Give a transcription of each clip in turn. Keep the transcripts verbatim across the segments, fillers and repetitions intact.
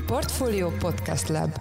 Portfolio Podcast Lab.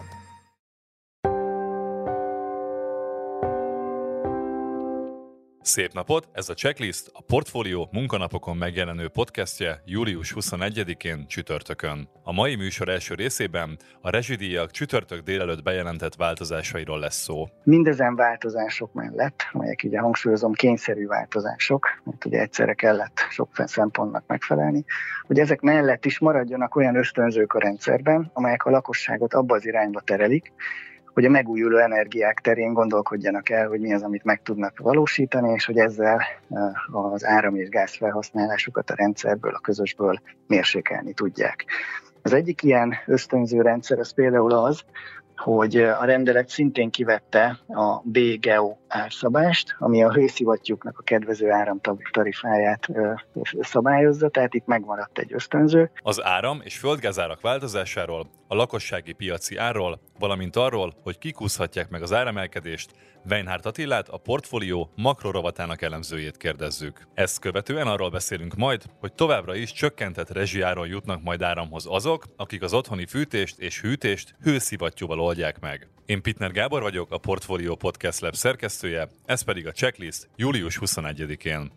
Szép napot! Ez a Checklist, a Portfolio munkanapokon megjelenő podcastje július huszonegyedikén csütörtökön. A mai műsor első részében a rezsidíjak csütörtök délelőtt bejelentett változásairól lesz szó. Mindezen változások mellett, amelyek ugye hangsúlyozom kényszerű változások, mert ugye egyszerre kellett sok szempontnak megfelelni, hogy ezek mellett is maradjanak olyan ösztönzők a rendszerben, amelyek a lakosságot abba az irányba terelik, hogy a megújuló energiák terén gondolkodjanak el, hogy mi az, amit meg tudnak valósítani, és hogy ezzel az áram- és gázfelhasználásukat a rendszerből, a közösből mérsékelni tudják. Az egyik ilyen ösztönző rendszer az például az, hogy a rendelet szintén kivette a B-geo árszabást, ami a hőszivattyúknak a kedvező áramtarifáját szabályozza, tehát itt megmaradt egy ösztönző. Az áram- és földgázárak változásáról, a lakossági piaci árról, valamint arról, hogy kik úszhatják meg az áremelkedést, Weinhardt Attilát, a Portfolio makrorovatának elemzőjét kérdezzük. Ezt követően arról beszélünk majd, hogy továbbra is csökkentett rezsiáron jutnak majd áramhoz azok, akik az otthoni fűtést és hűtést hőszivattyúval oldják meg. Én Pittner Gábor vagyok, a Portfolio Podcast Lab szerkesztője, ez pedig a Checklist július huszonegyedikén.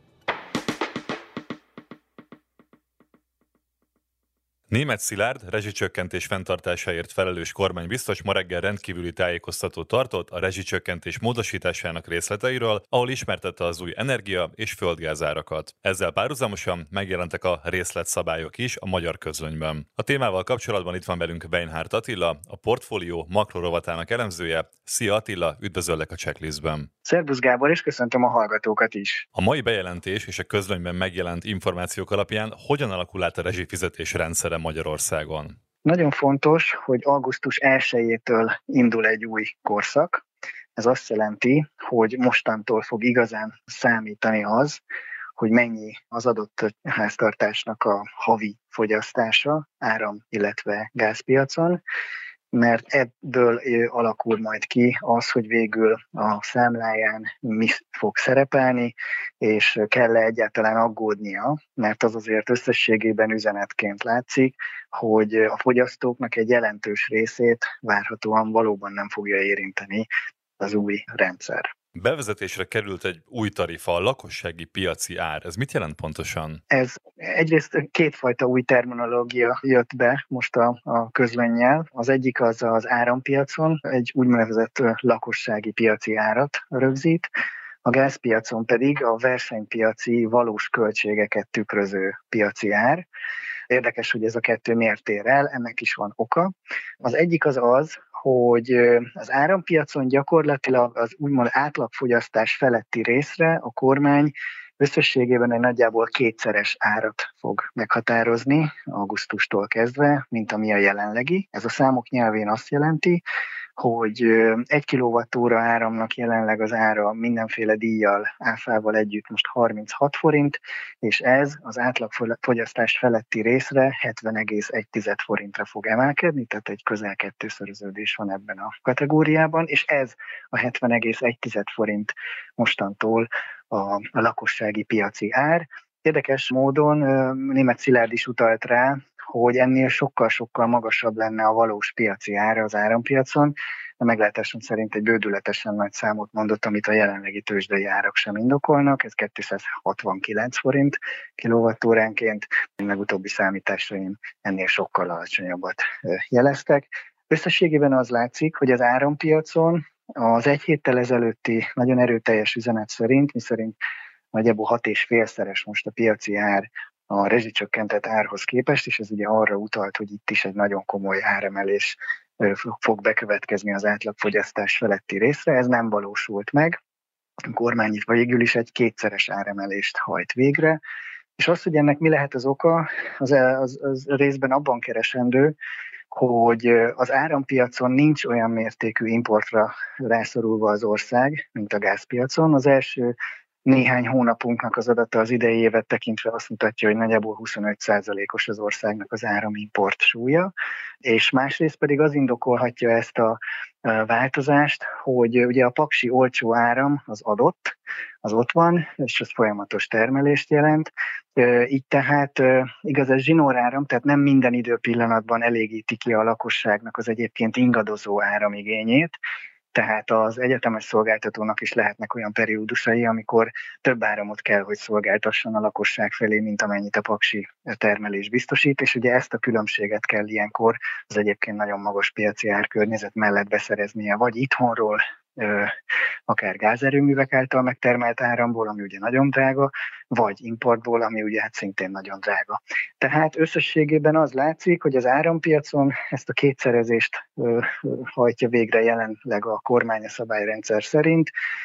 Németh Szilárd, rezsicsökkentés fenntartásáért felelős kormánybiztos ma reggel rendkívüli tájékoztatót tartott a rezsicsökkentés módosításának részleteiről, ahol ismertette az új energia- és földgázárakat. Ezzel párhuzamosan megjelentek a részletszabályok is a magyar közlönyben. A témával kapcsolatban itt van velünk Weinhardt Attila, a Portfolio makrorovatának elemzője. Szia Attila, üdvözöllek a Checklistben. Szerbusz Gábor, és köszöntöm a hallgatókat is. A mai bejelentés és a közlönyben megjelent információk alapján hogyan alakul át a rezsifizetés rendszere Magyarországon? Nagyon fontos, hogy augusztus elsejétől indul egy új korszak. Ez azt jelenti, hogy mostantól fog igazán számítani az, hogy mennyi az adott háztartásnak a havi fogyasztása áram, illetve gázpiacon, mert ebből alakul majd ki az, hogy végül a számláján mi fog szerepelni, és kell-e egyáltalán aggódnia, mert az azért összességében üzenetként látszik, hogy a fogyasztóknak egy jelentős részét várhatóan valóban nem fogja érinteni az új rendszer. Bevezetésre került egy új tarifa, a lakossági piaci ár. Ez mit jelent pontosan? Ez egyrészt kétfajta új terminológia jött be most a, a közlönnyel. Az egyik az az árampiacon, egy úgynevezett lakossági piaci árat rögzít, a gázpiacon pedig a versenypiaci valós költségeket tükröző piaci ár. Érdekes, hogy ez a kettő miért ér el, ennek is van oka. Az egyik az az, hogy az árampiacon gyakorlatilag az úgymond átlagfogyasztás feletti részre a kormány összességében egy nagyjából kétszeres árat fog meghatározni augusztustól kezdve, mint ami a jelenlegi. Ez a számok nyelvén azt jelenti, hogy egy kilovattóra áramnak jelenleg az ára mindenféle díjjal, áfával együtt most harminchat forint, és ez az átlagfogyasztás feletti részre hetven egész egy forintra fog emelkedni, tehát egy közel kettőszöröződés van ebben a kategóriában, és ez a hetven egész egy forint mostantól a, a lakossági piaci ár. Érdekes módon Németh Szilárd is utalt rá, hogy ennél sokkal-sokkal magasabb lenne a valós piaci ára az árampiacon. A meglátásom szerint egy bődületesen nagy számot mondott, amit a jelenlegi tőzsdei árak sem indokolnak, ez kétszázhatvankilenc forint kilovattóránként, legutóbbi számításaim ennél sokkal alacsonyabbat jeleztek. Összességében az látszik, hogy az árampiacon az egy héttel ezelőtti nagyon erőteljes üzenet szerint, miszerint nagyjából hat és félszeres most a piaci ár a rezsicsökkentett árhoz képest, és ez ugye arra utalt, hogy itt is egy nagyon komoly áremelés fog bekövetkezni az átlagfogyasztás feletti részre. Ez nem valósult meg. A kormány itt végül is egy kétszeres áremelést hajt végre, és az, hogy ennek mi lehet az oka, az, az, az részben abban keresendő, hogy az árampiacon nincs olyan mértékű importra rászorulva az ország, mint a gázpiacon. Az első néhány hónapunknak az adata az idei évet tekintve azt mutatja, hogy nagyjából huszonöt százalékos az országnak az áramimport súlya, és másrészt pedig az indokolhatja ezt a változást, hogy ugye a paksi olcsó áram az adott, az ott van, és az folyamatos termelést jelent. Így tehát igaz, ez zsinóráram, tehát nem minden időpillanatban elégíti ki a lakosságnak az egyébként ingadozó áramigényét, tehát az egyetemes szolgáltatónak is lehetnek olyan periódusai, amikor több áramot kell, hogy szolgáltasson a lakosság felé, mint amennyit a paksi termelés biztosít, és ugye ezt a különbséget kell ilyenkor az egyébként nagyon magas piaci árkörnyezet mellett beszereznie, vagy itthonról, akár gázerőművek által megtermelt áramból, ami ugye nagyon drága, vagy importból, ami ugye hát szintén nagyon drága. Tehát összességében az látszik, hogy az árampiacon ezt a kétszerezést hajtja végre jelenleg a kormány a szabályrendszer szerint,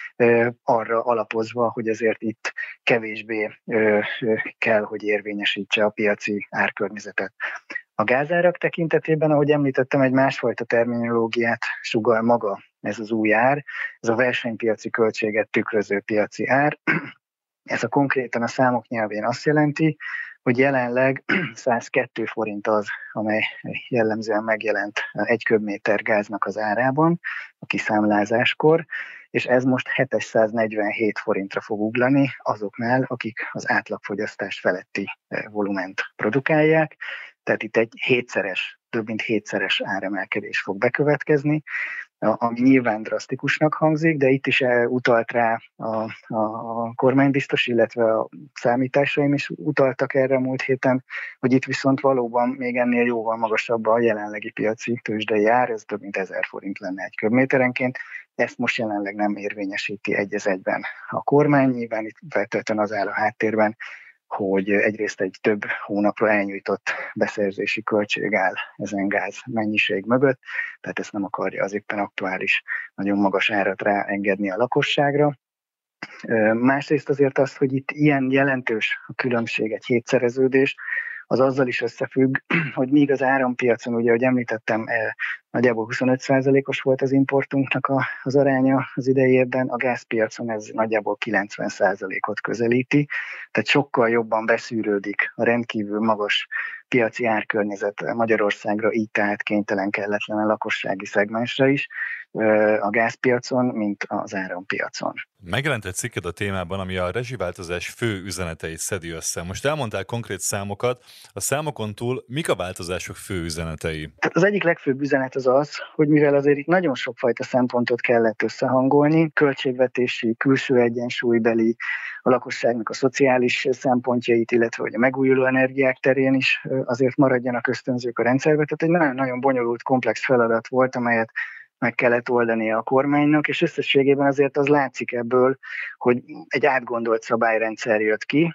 arra alapozva, hogy azért itt kevésbé kell, hogy érvényesítse a piaci árkörnyezetet. A gázárak tekintetében, ahogy említettem, egy másfajta terminológiát sugall maga ez az új ár, ez a versenypiaci költséget tükröző piaci ár. Ez a konkrétan a számok nyelvén azt jelenti, hogy jelenleg százkettő forint az, amely jellemzően megjelent egy köbméter gáznak az árában a kiszámlázáskor, és ez most hétszáznegyvenhét forintra fog ugrani azoknál, akik az átlagfogyasztás feletti volument produkálják. Tehát itt egy hétszeres, több mint hétszeres áremelkedés fog bekövetkezni, ami nyilván drasztikusnak hangzik, de itt is utalt rá a, a, a kormánybiztos, illetve a számításaim is utaltak erre a múlt héten, hogy itt viszont valóban még ennél jóval magasabb a jelenlegi piaci tőzsdei ár, ez több mint ezer forint lenne egy köbméterenként. Ezt most jelenleg nem érvényesíti egy az egyben a kormány, nyilván itt feltétlenül az áll a háttérben, hogy egyrészt egy több hónapra elnyújtott beszerzési költség áll ezen gáz mennyiség mögött, tehát ezt nem akarja az éppen aktuális nagyon magas árat ráengedni a lakosságra. Másrészt azért az, hogy itt ilyen jelentős a különbség, egy hétszereződés, az azzal is összefügg, hogy míg az árampiacon, ugye, ahogy említettem, nagyjából huszonöt százalékos volt az importunknak a, az aránya az idei évben, a gázpiacon ez nagyjából kilencven százalékot közelíti, tehát sokkal jobban beszűrődik a rendkívül magas piaci árkörnyezet Magyarországra, így tehát kénytelen kelletlen a lakossági szegmensre is a gázpiacon, mint az árampiacon. Megjelent egy cikked a témában, ami a rezsiváltozás fő üzeneteit szedi össze. Most elmondtál konkrét számokat, a számokon túl mik a változások fő üzenetei? Az egyik legfőbb üzenet az az, hogy mivel azért itt nagyon sokfajta szempontot kellett összehangolni, költségvetési, külső egyensúlybeli, a lakosságnak a szociális szempontjait, illetve hogy a megújuló energiák terén is azért maradjanak ösztönzők a rendszerbe. Tehát egy nagyon-nagyon bonyolult, komplex feladat volt, amelyet meg kellett oldania a kormánynak, és összességében azért az látszik ebből, hogy egy átgondolt szabályrendszer jött ki,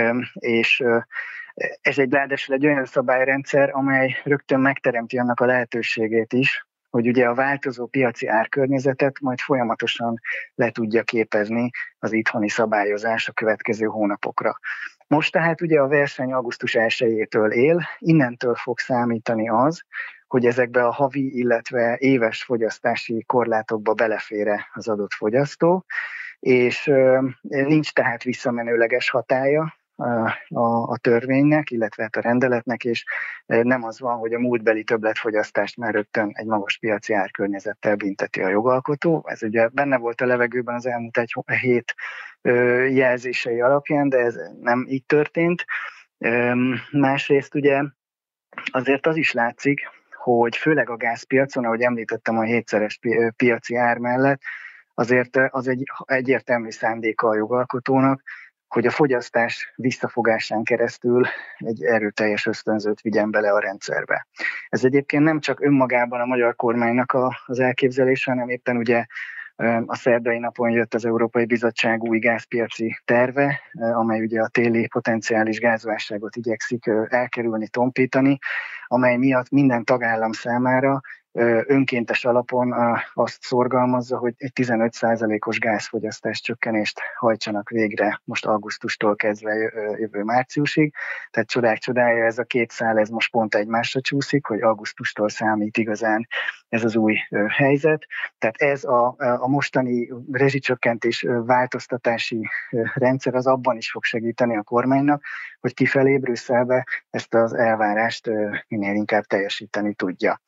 és ez egy ráadásul egy olyan szabályrendszer, amely rögtön megteremti annak a lehetőségét is, hogy ugye a változó piaci árkörnyezetet majd folyamatosan le tudja képezni az itthoni szabályozás a következő hónapokra. Most tehát ugye a verseny augusztus elsejétől él, innentől fog számítani az, hogy ezekbe a havi, illetve éves fogyasztási korlátokba belefér az adott fogyasztó, és nincs tehát visszamenőleges hatálya a, a törvénynek, illetve a rendeletnek, és nem az van, hogy a múltbeli többletfogyasztást már rögtön egy magas piaci árkörnyezettel bünteti a jogalkotó. Ez ugye benne volt a levegőben az elmúlt egy hét jelzései alapján, de ez nem így történt. Másrészt ugye azért az is látszik, hogy főleg a gázpiacon, ahogy említettem a hétszeres piaci ár mellett, azért az egy egyértelmű szándéka a jogalkotónak, hogy a fogyasztás visszafogásán keresztül egy erőteljes ösztönzőt vigyen bele a rendszerbe. Ez egyébként nem csak önmagában a magyar kormánynak az elképzelése, hanem éppen ugye a szerdai napon jött az Európai Bizottság új gázpiaci terve, amely ugye a téli potenciális gázválságot igyekszik elkerülni, tompítani, amely miatt minden tagállam számára önkéntes alapon azt szorgalmazza, hogy egy tizenöt százalékos gázfogyasztás csökkenést hajtsanak végre most augusztustól kezdve jövő márciusig. Tehát csodák csodája, ez a két szál, ez most pont egymásra csúszik, hogy augusztustól számít igazán ez az új helyzet. Tehát ez a, a mostani rezsicsökkentés változtatási rendszer az abban is fog segíteni a kormánynak, hogy kifelé Brüsszelbe ezt az elvárást minél inkább teljesíteni tudja.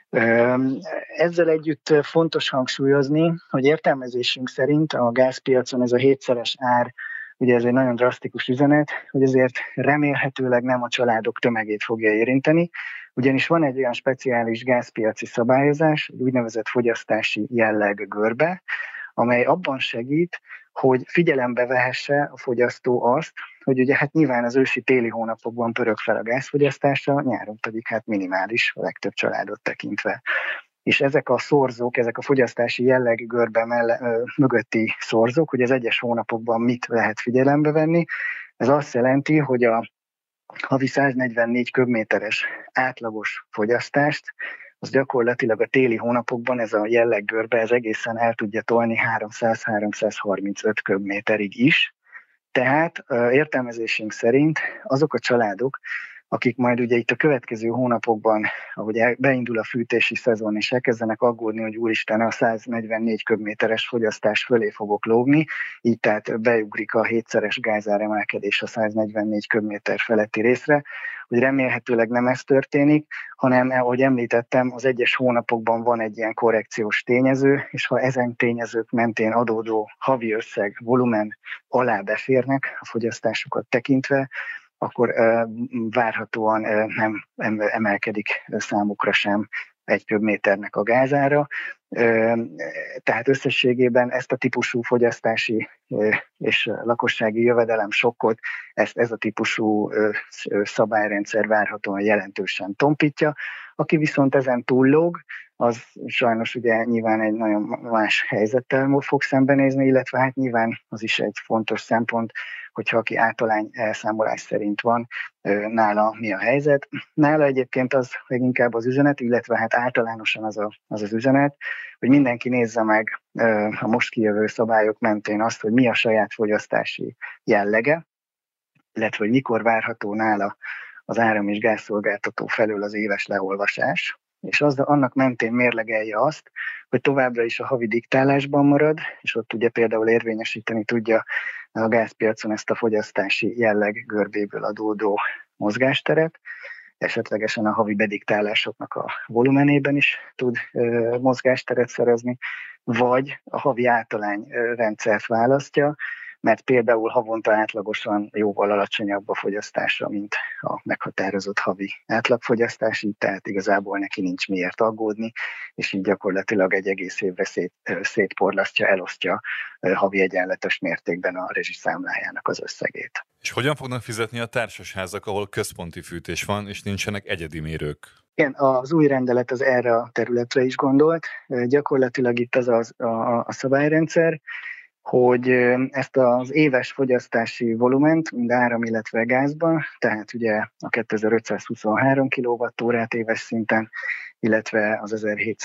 Ezzel együtt fontos hangsúlyozni, hogy értelmezésünk szerint a gázpiacon ez a hétszeres ár, ugye ez egy nagyon drasztikus üzenet, hogy ezért remélhetőleg nem a családok tömegét fogja érinteni, ugyanis van egy olyan speciális gázpiaci szabályozás, egy úgynevezett fogyasztási jelleg görbe, amely abban segít, hogy figyelembe vehesse a fogyasztó azt, hogy ugye hát nyilván az ősi-téli hónapokban pörög fel a gázfogyasztása, nyáron pedig hát minimális, a legtöbb családot tekintve. És ezek a szorzók, ezek a fogyasztási jellegű görbe melle, ö, mögötti szorzók, hogy az egyes hónapokban mit lehet figyelembe venni, ez azt jelenti, hogy a havi száznegyvennégy köbméteres átlagos fogyasztást, az gyakorlatilag a téli hónapokban ez a jelleggörbe ez egészen el tudja tolni háromszáz-háromszázharmincöt köbméterig is. Tehát értelmezésünk szerint azok a családok, akik majd ugye itt a következő hónapokban, ahogy beindul a fűtési szezon, és elkezdenek aggódni, hogy úristen, a száznegyvennégy köbméteres fogyasztás fölé fogok lógni, így tehát beugrik a hétszeres gázáremelkedés a száznegyvennégy köbméter feletti részre, hogy remélhetőleg nem ez történik, hanem, ahogy említettem, az egyes hónapokban van egy ilyen korrekciós tényező, és ha ezen tényezők mentén adódó havi összeg, volumen alá beférnek a fogyasztásukat tekintve, akkor uh, várhatóan uh, nem emelkedik számukra sem egy köbméternek a gázára. Uh, tehát összességében ezt a típusú fogyasztási uh, és lakossági jövedelem sokkot, ezt ez a típusú uh, szabályrendszer várhatóan jelentősen tompítja. Aki viszont ezen túllóg, az sajnos ugye nyilván egy nagyon más helyzettel fog szembenézni, illetve hát nyilván az is egy fontos szempont, hogyha aki általány elszámolás szerint van, nála mi a helyzet. Nála egyébként az leginkább az üzenet, illetve hát általánosan az, a, az az üzenet, hogy mindenki nézze meg a most kijövő szabályok mentén azt, hogy mi a saját fogyasztási jellege, illetve hogy mikor várható nála az áram- és gázszolgáltató felől az éves leolvasás, és az, annak mentén mérlegelje azt, hogy továbbra is a havi diktálásban marad, és ott ugye például érvényesíteni tudja a gázpiacon ezt a fogyasztási jelleg görbéből adódó mozgásteret, esetlegesen a havi bediktálásoknak a volumenében is tud ö, mozgásteret szerezni, vagy a havi általány rendszert választja, mert például havonta átlagosan jóval alacsonyabb a fogyasztása, mint a meghatározott havi átlagfogyasztás, így tehát igazából neki nincs miért aggódni, és így gyakorlatilag egy egész évre szét, szétporlasztja, elosztja havi egyenletes mértékben a rezsiszámlájának az összegét. És hogyan fognak fizetni a társasházak, ahol központi fűtés van, és nincsenek egyedi mérők? Igen, az új rendelet az erre a területre is gondolt. Gyakorlatilag itt az a, a, a szabályrendszer, hogy ezt az éves fogyasztási volument, mind áram, illetve gázban, tehát ugye a kétezer-ötszázhuszonhárom kilowattórát éves szinten, illetve az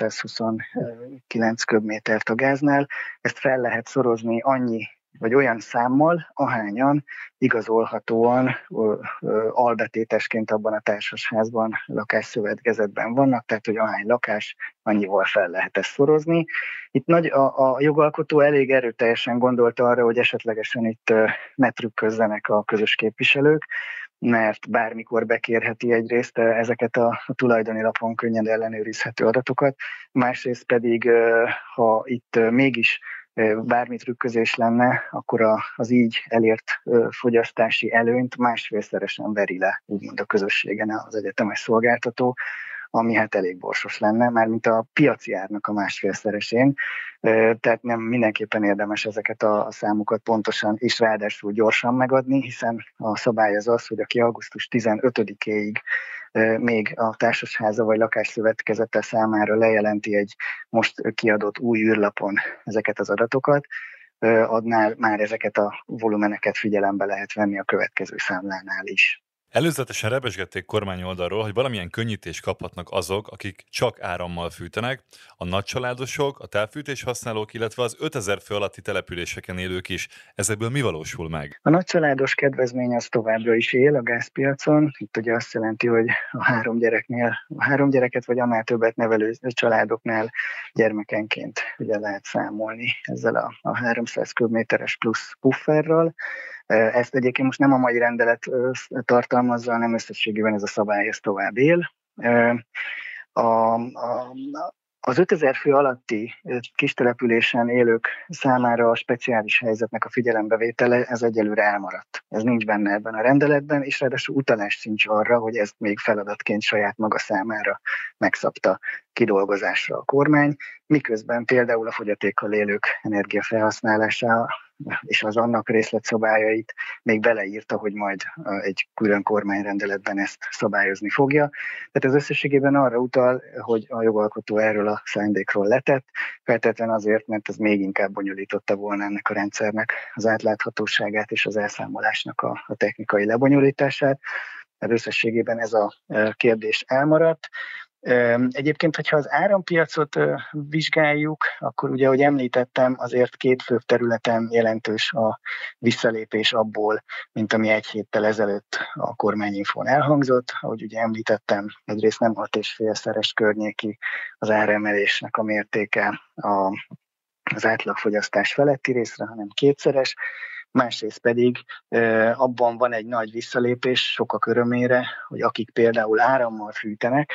ezerhétszázhuszonkilenc köbmétert a gáznál, ezt fel lehet szorozni annyi vagy olyan számmal, ahányan igazolhatóan ö, ö, albetétesként abban a társasházban, lakásszövetkezetben vannak, tehát hogy ahány lakás, annyival fel lehet ezt szorozni. Itt nagy, a, a jogalkotó elég erőteljesen gondolta arra, hogy esetlegesen itt ö, ne trükközzenek a közös képviselők, mert bármikor bekérheti egyrészt ezeket a, a tulajdoni lapon könnyen ellenőrizhető adatokat, másrészt pedig, ha itt mégis bármi trükközés lenne, akkor a, az így elért fogyasztási előnyt másfélszeresen veri le, úgymond a közösségen az egyetemes szolgáltató, ami hát elég borsos lenne, mármint a piaci árnak a másfélszeresén, tehát nem mindenképpen érdemes ezeket a számokat pontosan és ráadásul gyorsan megadni, hiszen a szabály az az, hogy aki augusztus tizenötödikéig még a társasháza vagy lakásszövetkezete számára lejelenti egy most kiadott új űrlapon ezeket az adatokat, adnál már ezeket a volumeneket figyelembe lehet venni a következő számlánál is. Előzetesen rebesgették kormány oldalról, hogy valamilyen könnyítést kaphatnak azok, akik csak árammal fűtenek, a nagycsaládosok, a távfűtés használók, illetve az ötezer fő alatti településeken élők is. Ezekből mi valósul meg? A nagycsaládos kedvezmény az továbbra is él a gázpiacon. Itt ugye azt jelenti, hogy a három gyereknél, a három gyereket vagy annál többet nevelő családoknál gyermekenként ugye lehet számolni ezzel a, a háromszáz köbméteres plusz pufferral. Ezt egyébként most nem a mai rendelet tartalmazza, hanem összességében ez a szabály ez tovább él. A, a, az ötezer fő alatti kistelepülésen élők számára a speciális helyzetnek a figyelembevétele, ez egyelőre elmaradt. Ez nincs benne ebben a rendeletben, és ráadásul utalás sincs arra, hogy ezt még feladatként saját maga számára megszabta kidolgozásra a kormány, miközben például a fogyatékkal élők energiafelhasználása és az annak részletszabályait még beleírta, hogy majd egy külön kormányrendeletben ezt szabályozni fogja. Tehát ez összességében arra utal, hogy a jogalkotó erről a szándékról letett, feltétlenül azért, mert ez még inkább bonyolította volna ennek a rendszernek az átláthatóságát és az elszámolásnak a, a technikai lebonyolítását. Tehát összességében ez a kérdés elmaradt. Egyébként, hogyha az árampiacot vizsgáljuk, akkor ugye, ahogy említettem, azért két fő területen jelentős a visszalépés abból, mint ami egy héttel ezelőtt a kormányinfón elhangzott. Ahogy ugye említettem, egyrészt nem hat és félszeres környéki az áremelésnek a mértéke a, az átlagfogyasztás feletti részre, hanem kétszeres. Másrészt pedig abban van egy nagy visszalépés sokak örömére, hogy akik például árammal fűtenek,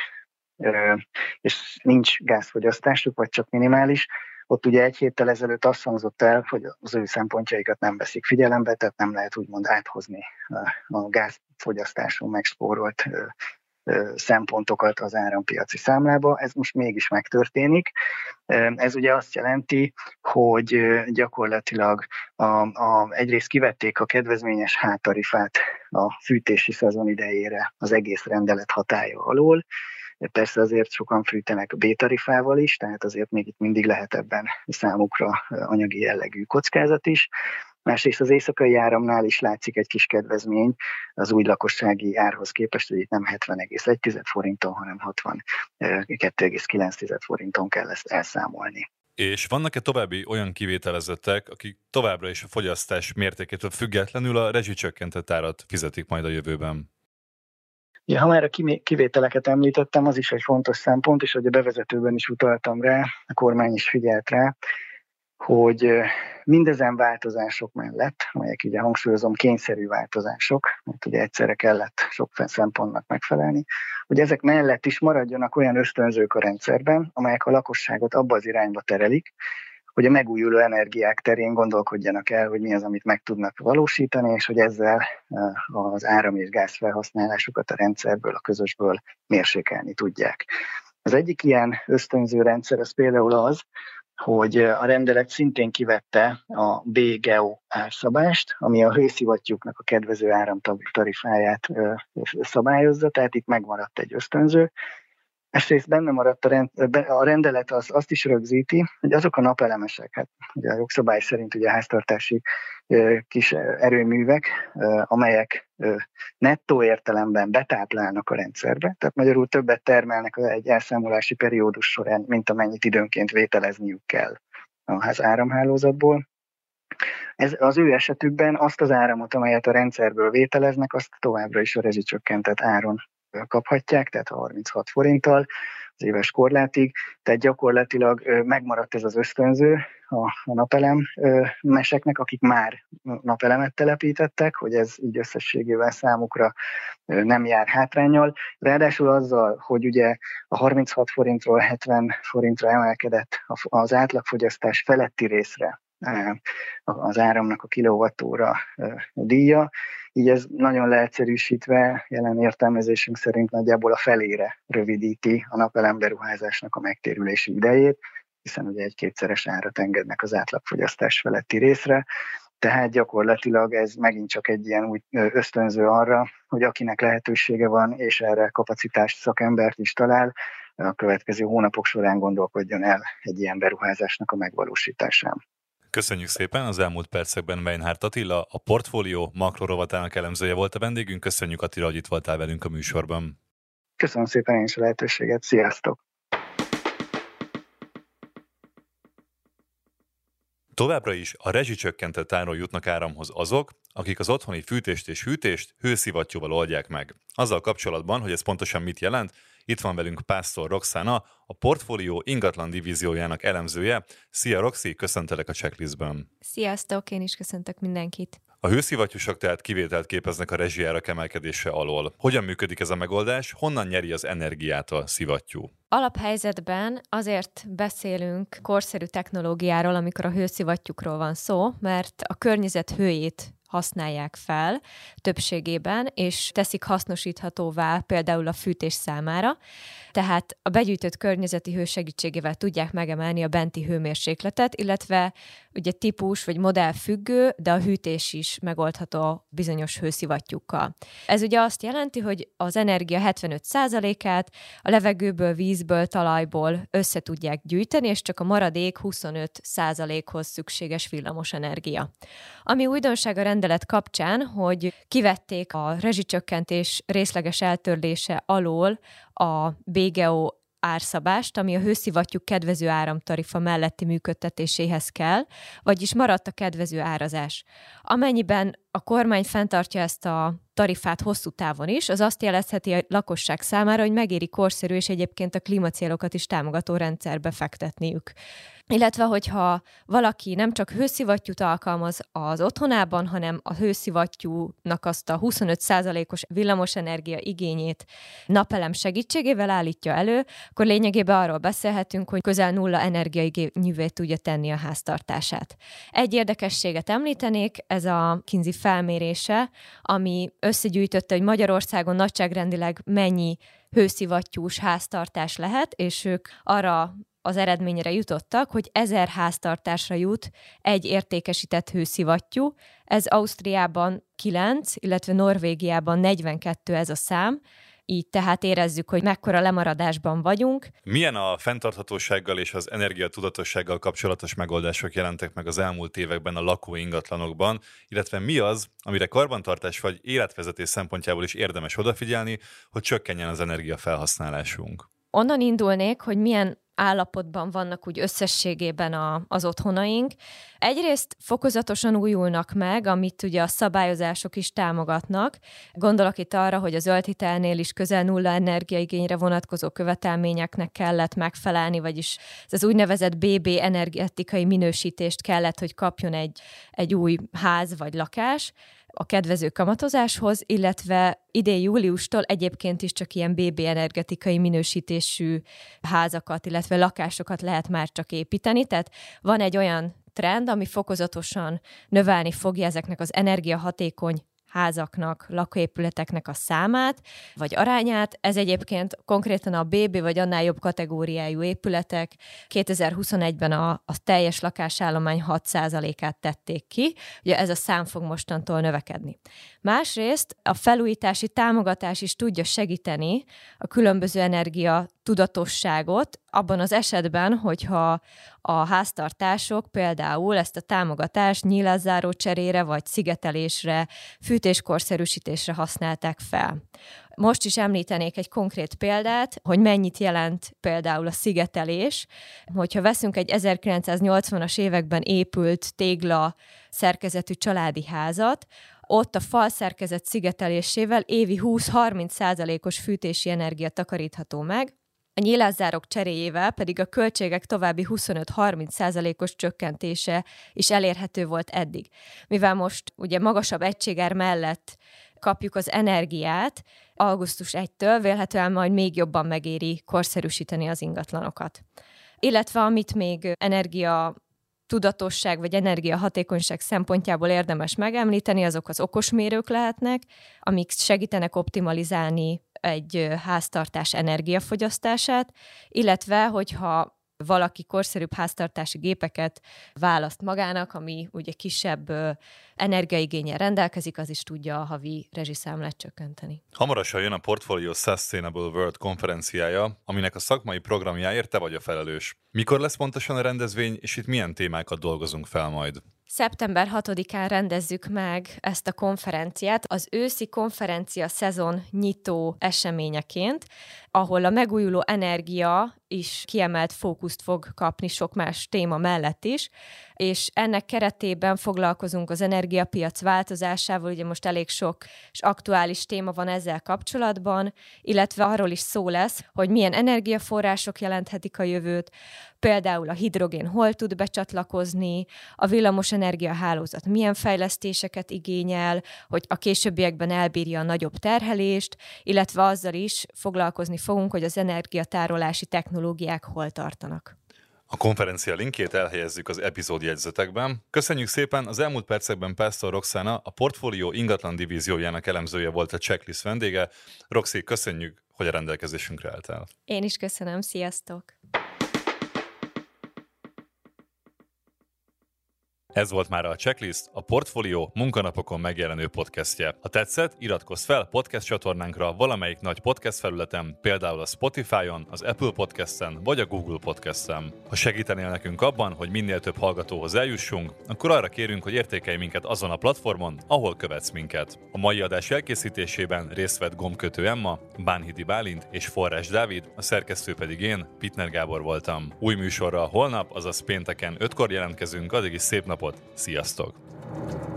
és nincs gázfogyasztásuk, vagy csak minimális, ott ugye egy héttel ezelőtt azt hangzott el, hogy az ő szempontjaikat nem veszik figyelembe, tehát nem lehet úgymond áthozni a gázfogyasztáson megspórolt szempontokat az árampiaci számlába. Ez most mégis megtörténik. Ez ugye azt jelenti, hogy gyakorlatilag a, a, egyrészt kivették a kedvezményes háttarifát a fűtési szezon idejére az egész rendelet hatálya alól. Persze azért sokan fűtenek B-tarifával is, tehát azért még itt mindig lehet ebben számukra anyagi jellegű kockázat is. Másrészt az éjszakai áramnál is látszik egy kis kedvezmény az új lakossági árhoz képest, hogy itt nem hetven egész egy forinton, hanem hatvankettő egész kilenc forinton kell ezt elszámolni. És vannak-e további olyan kivételezettek, akik továbbra is a fogyasztás mértékétől függetlenül a rezsicsökkentett árat fizetik majd a jövőben? Ja, ha már a kivételeket említettem, az is egy fontos szempont, és hogy a bevezetőben is utaltam rá, a kormány is figyelt rá, hogy mindezen változások mellett, amelyek ugye hangsúlyozom kényszerű változások, mert ugye egyszerre kellett sok szempontnak megfelelni, hogy ezek mellett is maradjanak olyan ösztönzők a rendszerben, amelyek a lakosságot abba az irányba terelik, hogy a megújuló energiák terén gondolkodjanak el, hogy mi az, amit meg tudnak valósítani, és hogy ezzel az áram- és gázfelhasználásukat a rendszerből, a közösből mérsékelni tudják. Az egyik ilyen ösztönző rendszer az például az, hogy a rendelet szintén kivette a B-geo árszabást, ami a hőszivattyúknak a kedvező áramtarifáját szabályozza, tehát itt megmaradt egy ösztönző. Másrészt benne maradt a, rend, a rendelet az azt is rögzíti, hogy azok a napelemesek, hát ugye a jogszabály szerint ugye a háztartási kis erőművek, amelyek nettó értelemben betáplálnak a rendszerbe, tehát magyarul többet termelnek egy elszámolási periódus során, mint amennyit időnként vételezniük kell az áramhálózatból. Ez az ő esetükben azt az áramot, amelyet a rendszerből vételeznek, azt továbbra is a rezsicsökkentett áron kaphatják, tehát harminchat forinttal az éves korlátig, tehát gyakorlatilag megmaradt ez az ösztönző a, a napelem meseknek, akik már napelemet telepítettek, hogy ez így összességével számukra nem jár hátránnyal. Ráadásul azzal, hogy ugye a harminchat forintról hetven forintra emelkedett az átlagfogyasztás feletti részre az áramnak a kilowattóra díja, így ez nagyon leegyszerűsítve, jelen értelmezésünk szerint nagyjából a felére rövidíti a napelemberuházásnak a megtérülési idejét, hiszen ugye egy kétszeres árat engednek az átlagfogyasztás feletti részre, tehát gyakorlatilag ez megint csak egy ilyen úgy ösztönző arra, hogy akinek lehetősége van, és erre kapacitást szakembert is talál, a következő hónapok során gondolkodjon el egy ilyen beruházásnak a megvalósításán. Köszönjük szépen, az elmúlt percekben Weinhardt Attila, a Portfólió makrorovatának elemzője volt a vendégünk. Köszönjük, Attila, hogy itt voltál velünk a műsorban. Köszönöm szépen én is a lehetőséget, sziasztok! Továbbra is a rezsicsökkentett áron jutnak áramhoz azok, akik az otthoni fűtést és hűtést hőszivattyúval oldják meg. Azzal kapcsolatban, hogy ez pontosan mit jelent, itt van velünk Pásztor Roxana, a Portfólió ingatlan divíziójának elemzője. Szia Roxi, köszöntelek a checklistben. Sziasztok, én is köszöntök mindenkit. A hőszivattyúsok tehát kivételt képeznek a rezsijárak emelkedése alól. Hogyan működik ez a megoldás? Honnan nyeri az energiát a szivattyú? Alaphelyzetben azért beszélünk korszerű technológiáról, amikor a hőszivattyúkról van szó, mert a környezet hőjét használják fel többségében, és teszik hasznosíthatóvá például a fűtés számára. Tehát a begyűjtött környezeti hő segítségével tudják megemelni a benti hőmérsékletet, illetve ugye típus vagy modell függő, de a hűtés is megoldható bizonyos hőszivattyúkkal. Ez ugye azt jelenti, hogy az energia hetvenöt százalékát a levegőből, vízből, talajból össze tudják gyűjteni, és csak a maradék huszonöt százalékhoz szükséges villamos energia. Ami újdonság a rendelet kapcsán, hogy kivették a rezsicsökkentés részleges eltörlése alól a bé gé o árszabást, ami a hőszivattyúk kedvező áramtarifa melletti működtetéséhez kell, vagyis maradt a kedvező árazás. Amennyiben a kormány fenntartja ezt a tarifát hosszú távon is, az azt jelezheti a lakosság számára, hogy megéri korszerű és egyébként a klímacélokat is támogató rendszerbe fektetniük. Illetve, hogyha valaki nem csak hőszivattyút alkalmaz az otthonában, hanem a hőszivattyúnak azt a huszonöt százalékos villamosenergia igényét napelem segítségével állítja elő, akkor lényegében arról beszélhetünk, hogy közel nulla energiaigényűvé tudja tenni a háztartását. Egy érdekességet említenék, ez a Kinsey felmérése, ami összegyűjtötte, hogy Magyarországon nagyságrendileg mennyi hőszivattyús háztartás lehet, és ők arra az eredményre jutottak, hogy ezer háztartásra jut egy értékesített hőszivattyú. Ez Ausztriában kilenc, illetve Norvégiában negyvenkettő ez a szám. Így tehát érezzük, hogy mekkora lemaradásban vagyunk. Milyen a fenntarthatósággal és az energiatudatossággal kapcsolatos megoldások jelentek meg az elmúlt években a lakóingatlanokban, illetve mi az, amire karbantartás vagy életvezetés szempontjából is érdemes odafigyelni, hogy csökkenjen az energiafelhasználásunk? Onnan indulnék, hogy milyen állapotban vannak úgy összességében a, az otthonaink. Egyrészt fokozatosan újulnak meg, amit ugye a szabályozások is támogatnak. Gondolok itt arra, hogy a zöld hitelnél is közel nulla energiaigényre vonatkozó követelményeknek kellett megfelelni, vagyis ez az úgynevezett bé bé energetikai minősítést kellett, hogy kapjon egy, egy új ház vagy lakás a kedvező kamatozáshoz, illetve idén júliustól egyébként is csak ilyen bé bé energetikai minősítésű házakat, illetve lakásokat lehet már csak építeni. Tehát van egy olyan trend, ami fokozatosan növelni fogja ezeknek az energiahatékony házaknak, lakóépületeknek a számát, vagy arányát. Ez egyébként konkrétan a bé bé vagy annál jobb kategóriájú épületek kétezer-huszonegyben a, a teljes lakásállomány hat százalékát tették ki. Ugye ez a szám fog mostantól növekedni. Másrészt a felújítási támogatás is tudja segíteni a különböző energia tudatosságot, abban az esetben, hogyha a háztartások például ezt a támogatást nyílászáró cserére vagy szigetelésre, fűtéskorszerűsítésre használták fel. Most is említenék egy konkrét példát, hogy mennyit jelent például a szigetelés. Hogyha veszünk egy ezerkilencszáznyolcvanas években épült tégla szerkezetű családi házat, ott a falszerkezet szigetelésével évi húsz-harminc százalékos fűtési energia takarítható meg, a nyílászárok cseréjével pedig a költségek további huszonöt-harminc százalékos csökkentése is elérhető volt eddig. Mivel most ugye magasabb egységár mellett kapjuk az energiát, augusztus elsejétől vélhetően majd még jobban megéri korszerűsíteni az ingatlanokat. Illetve amit még energia tudatosság vagy energiahatékonyság szempontjából érdemes megemlíteni, azok az okosmérők lehetnek, amik segítenek optimalizálni egy háztartás energiafogyasztását, illetve hogyha valaki korszerűbb háztartási gépeket választ magának, ami ugye kisebb energiaigénnyel rendelkezik, az is tudja a havi rezsiszámlát csökkenteni. Hamarosan jön a Portfolio Sustainable World konferenciája, aminek a szakmai programjáért te vagy a felelős. Mikor lesz pontosan a rendezvény, és itt milyen témákat dolgozunk fel majd? szeptember hatodikán rendezzük meg ezt a konferenciát az őszi konferencia szezon nyitó eseményeként, ahol a megújuló energia is kiemelt fókuszt fog kapni sok más téma mellett is, és ennek keretében foglalkozunk az energiapiac változásával, ugye most elég sok és aktuális téma van ezzel kapcsolatban, illetve arról is szó lesz, hogy milyen energiaforrások jelenthetik a jövőt, például a hidrogén hol tud becsatlakozni, a villamos energiahálózat milyen fejlesztéseket igényel, hogy a későbbiekben elbírja a nagyobb terhelést, illetve azzal is foglalkozni fogunk, hogy az energiatárolási technológiák hol tartanak. A konferencia linkjét elhelyezzük az epizódjegyzetekben. Köszönjük szépen, az elmúlt percekben Pásztor Roxana, a Portfolio ingatlan divíziójának elemzője volt a Checklist vendége. Roxy, köszönjük, hogy a rendelkezésünkre álltál. Én is köszönöm, sziasztok! Ez volt már a Checklist, a Portfolio munkanapokon megjelenő podcastje. Ha tetszett, iratkozz fel podcast csatornánkra valamelyik nagy podcast felületen, például a Spotify-on, az Apple Podcast-en vagy a Google Podcast-en. Ha segítenél nekünk abban, hogy minél több hallgatóhoz eljussunk, akkor arra kérünk, hogy értékelj minket azon a platformon, ahol követsz minket. A mai adás elkészítésében részt vett Gombkötő Emma, Bánhidi Bálint és Forrás Dávid, a szerkesztő pedig én, Pittner Gábor voltam. Új műsorral holnap, azaz pénteken ötkor jelentkezünk, addig is szép napot, sziasztok!